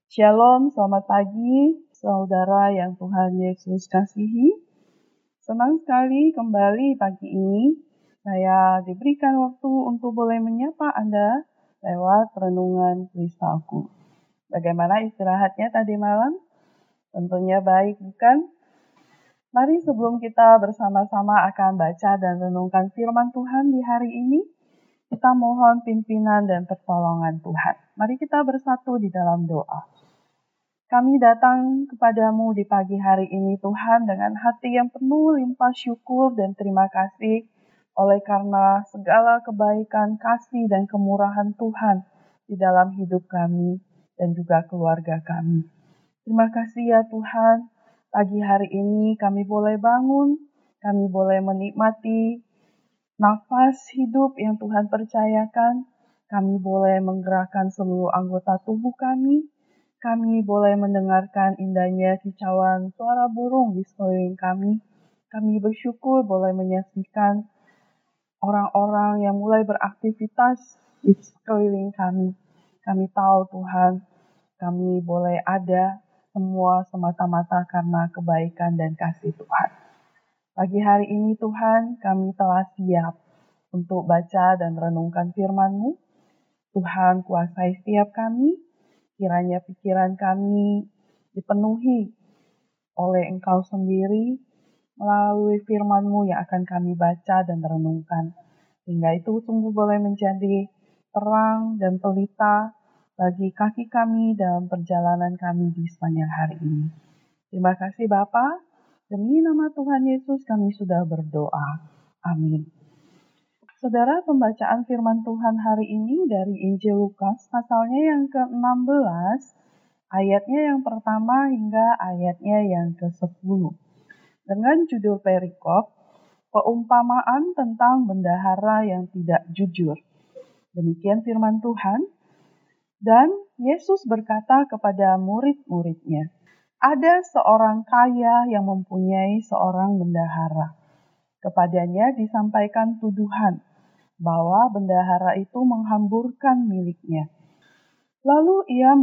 Shalom, selamat pagi, saudara yang Tuhan Yesus kasihi. Senang sekali kembali pagi ini saya diberikan waktu untuk boleh menyapa Anda lewat renungan kristalku. Bagaimana istirahatnya tadi malam? Tentunya baik, bukan? Mari sebelum kita bersama-sama akan baca dan renungkan firman Tuhan di hari ini, kita mohon pimpinan dan pertolongan Tuhan. Mari kita bersatu di dalam doa. Kami datang kepadamu di pagi hari ini Tuhan dengan hati yang penuh limpah syukur dan terima kasih oleh karena segala kebaikan, kasih dan kemurahan Tuhan di dalam hidup kami dan juga keluarga kami. Terima kasih ya Tuhan, pagi hari ini kami boleh bangun, kami boleh menikmati nafas hidup yang Tuhan percayakan, kami boleh menggerakkan seluruh anggota tubuh kami boleh mendengarkan indahnya kicauan suara burung di sekeliling kami. Kami bersyukur boleh menyaksikan orang-orang yang mulai beraktivitas di sekeliling kami. Kami tahu Tuhan, kami boleh ada semua semata-mata karena kebaikan dan kasih Tuhan. Pagi hari ini Tuhan, kami telah siap untuk baca dan renungkan firman-Mu. Tuhan kuasai setiap kami, kiranya pikiran kami dipenuhi oleh Engkau sendiri melalui firman-Mu yang akan kami baca dan renungkan. Sehingga itu sungguh boleh menjadi terang dan pelita bagi kaki kami dalam perjalanan kami di sepanjang hari ini. Terima kasih Bapa, demi nama Tuhan Yesus kami sudah berdoa. Amin. Saudara, pembacaan firman Tuhan hari ini dari Injil Lukas, pasalnya yang ke-16, ayatnya yang pertama hingga ayatnya yang ke-10. Dengan judul perikop, Peumpamaan tentang bendahara yang tidak jujur. Demikian firman Tuhan. Dan Yesus berkata kepada murid-muridnya, ada seorang kaya yang mempunyai seorang bendahara. Kepadanya disampaikan tuduhan bahwa bendahara itu menghamburkan miliknya. Lalu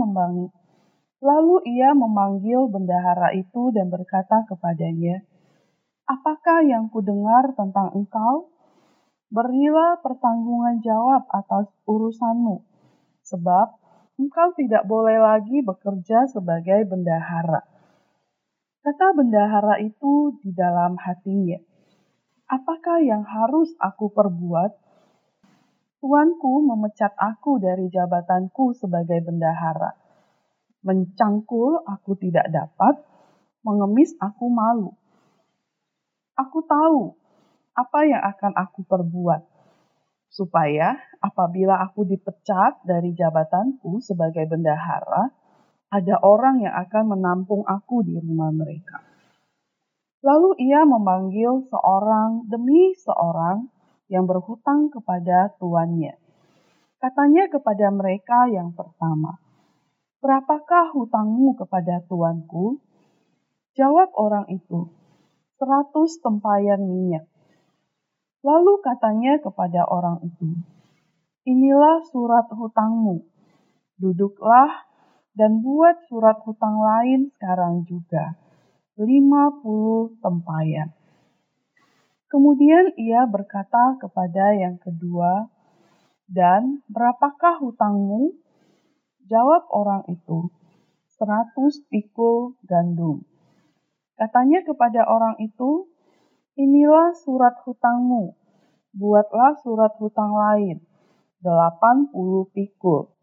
ia memanggil bendahara itu dan berkata kepadanya, apakah yang kudengar tentang engkau? Berilah pertanggungan jawab atas urusanmu, sebab engkau tidak boleh lagi bekerja sebagai bendahara. Kata bendahara itu di dalam hatinya, apakah yang harus aku perbuat? Tuanku memecat aku dari jabatanku sebagai bendahara. Mencangkul aku tidak dapat, mengemis aku malu. Aku tahu apa yang akan aku perbuat, supaya apabila aku dipecat dari jabatanku sebagai bendahara, ada orang yang akan menampung aku di rumah mereka. Lalu ia memanggil seorang demi seorang yang berhutang kepada tuannya. Katanya kepada mereka yang pertama, berapakah hutangmu kepada tuanku? Jawab orang itu, 100 tempayan minyak. Lalu katanya kepada orang itu, inilah surat hutangmu. Duduklah dan buat surat hutang lain sekarang juga, 50 tempayan. Kemudian ia berkata kepada yang kedua, dan berapakah hutangmu? Jawab orang itu, 100 pikul gandum. Katanya kepada orang itu, inilah surat hutangmu, buatlah surat hutang lain, 80 pikul.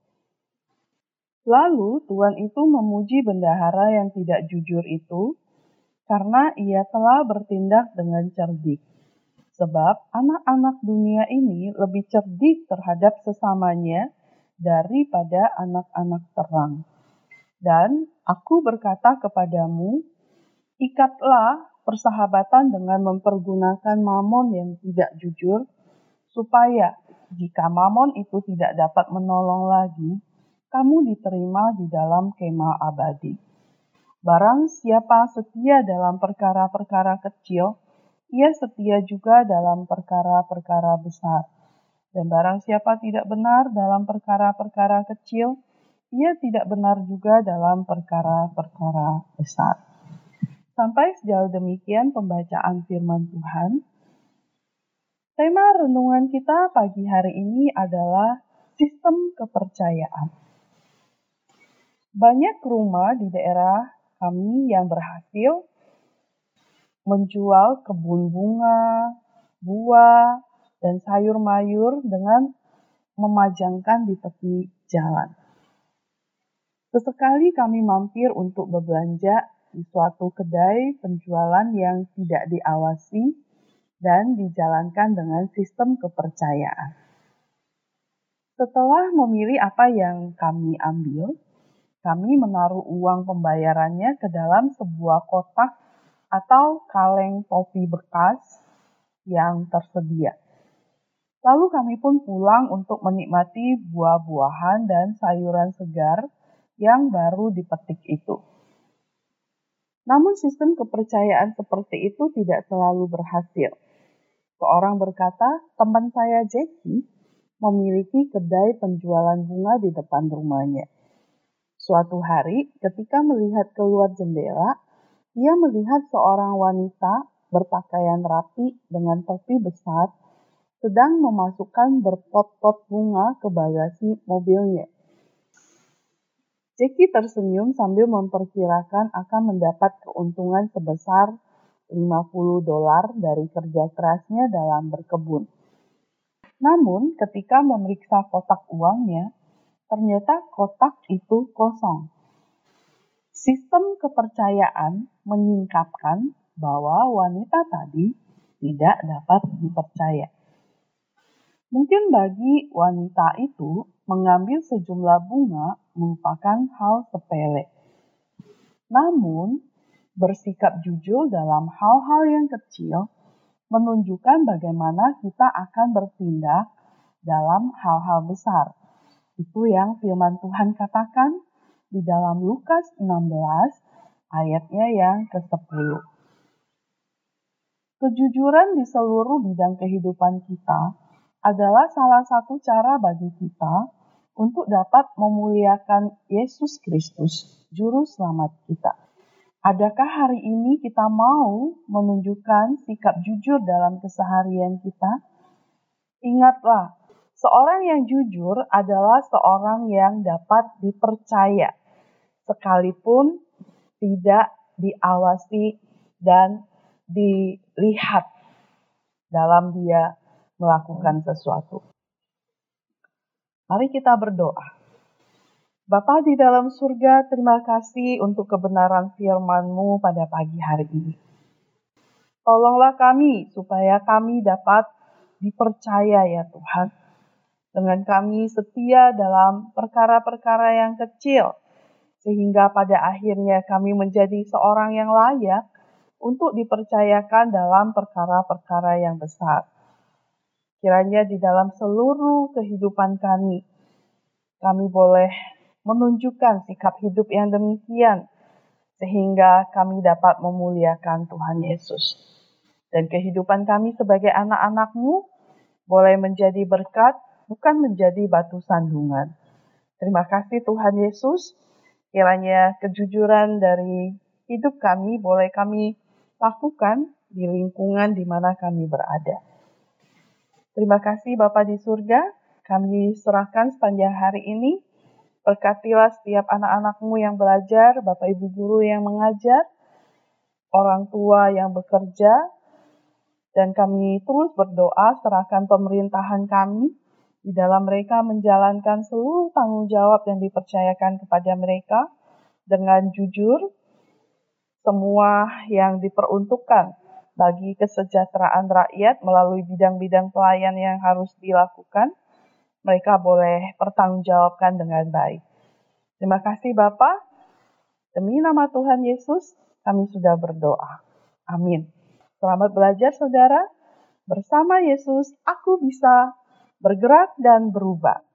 Lalu tuan itu memuji bendahara yang tidak jujur itu, karena ia telah bertindak dengan cerdik. Sebab anak-anak dunia ini lebih cerdik terhadap sesamanya daripada anak-anak terang. Dan aku berkata kepadamu, ikatlah persahabatan dengan mempergunakan mamon yang tidak jujur, supaya jika mamon itu tidak dapat menolong lagi, kamu diterima di dalam kemah abadi. Barang siapa setia dalam perkara-perkara kecil, ia setia juga dalam perkara-perkara besar. Dan barang siapa tidak benar dalam perkara-perkara kecil, ia tidak benar juga dalam perkara-perkara besar. Sampai sejauh demikian pembacaan firman Tuhan. Tema renungan kita pagi hari ini adalah sistem kepercayaan. Banyak rumah di daerah kami yang berhasil menjual kebun bunga, buah, dan sayur mayur dengan memajangkan di tepi jalan. Sesekali kami mampir untuk berbelanja di suatu kedai penjualan yang tidak diawasi dan dijalankan dengan sistem kepercayaan. Setelah memilih apa yang kami ambil, kami menaruh uang pembayarannya ke dalam sebuah kotak atau kaleng topi bekas yang tersedia. Lalu kami pun pulang untuk menikmati buah-buahan dan sayuran segar yang baru dipetik itu. Namun sistem kepercayaan seperti itu tidak selalu berhasil. Seorang berkata, teman saya Jackie memiliki kedai penjualan bunga di depan rumahnya. Suatu hari, ketika melihat keluar jendela, ia melihat seorang wanita berpakaian rapi dengan topi besar sedang memasukkan berpot-pot bunga ke bagasi mobilnya. Jackie tersenyum sambil memperkirakan akan mendapat keuntungan sebesar $50 dari kerja kerasnya dalam berkebun. Namun, ketika memeriksa kotak uangnya, ternyata kotak itu kosong. Sistem kepercayaan menyingkapkan bahwa wanita tadi tidak dapat dipercaya. Mungkin bagi wanita itu, mengambil sejumlah bunga merupakan hal sepele. Namun, bersikap jujur dalam hal-hal yang kecil menunjukkan bagaimana kita akan bertindak dalam hal-hal besar. Itu yang firman Tuhan katakan di dalam Lukas 16 ayatnya yang ke-10. Kejujuran di seluruh bidang kehidupan kita adalah salah satu cara bagi kita untuk dapat memuliakan Yesus Kristus, Juru Selamat kita. Adakah hari ini kita mau menunjukkan sikap jujur dalam keseharian kita? Ingatlah, seorang yang jujur adalah seorang yang dapat dipercaya, sekalipun tidak diawasi dan dilihat dalam dia melakukan sesuatu. Mari kita berdoa. Bapa di dalam surga, terima kasih untuk kebenaran firman-Mu pada pagi hari ini. Tolonglah kami supaya kami dapat dipercaya ya Tuhan. Dengan kami setia dalam perkara-perkara yang kecil, sehingga pada akhirnya kami menjadi seorang yang layak untuk dipercayakan dalam perkara-perkara yang besar. Kiranya di dalam seluruh kehidupan kami boleh menunjukkan sikap hidup yang demikian, sehingga kami dapat memuliakan Tuhan Yesus. Dan kehidupan kami sebagai anak-anak-Mu boleh menjadi berkat, bukan menjadi batu sandungan. Terima kasih Tuhan Yesus, kiranya kejujuran dari hidup kami boleh kami lakukan di lingkungan di mana kami berada. Terima kasih Bapa di surga, kami serahkan sepanjang hari ini. Berkatilah setiap anak-anak-Mu yang belajar, Bapak Ibu Guru yang mengajar, orang tua yang bekerja, dan kami terus berdoa serahkan pemerintahan kami di dalam mereka menjalankan seluruh tanggung jawab yang dipercayakan kepada mereka dengan jujur, semua yang diperuntukkan bagi kesejahteraan rakyat melalui bidang-bidang pelayan yang harus dilakukan, mereka boleh pertanggungjawabkan dengan baik. Terima kasih Bapa. Demi nama Tuhan Yesus, kami sudah berdoa. Amin. Selamat belajar saudara. Bersama Yesus, aku bisa bergerak dan berubah.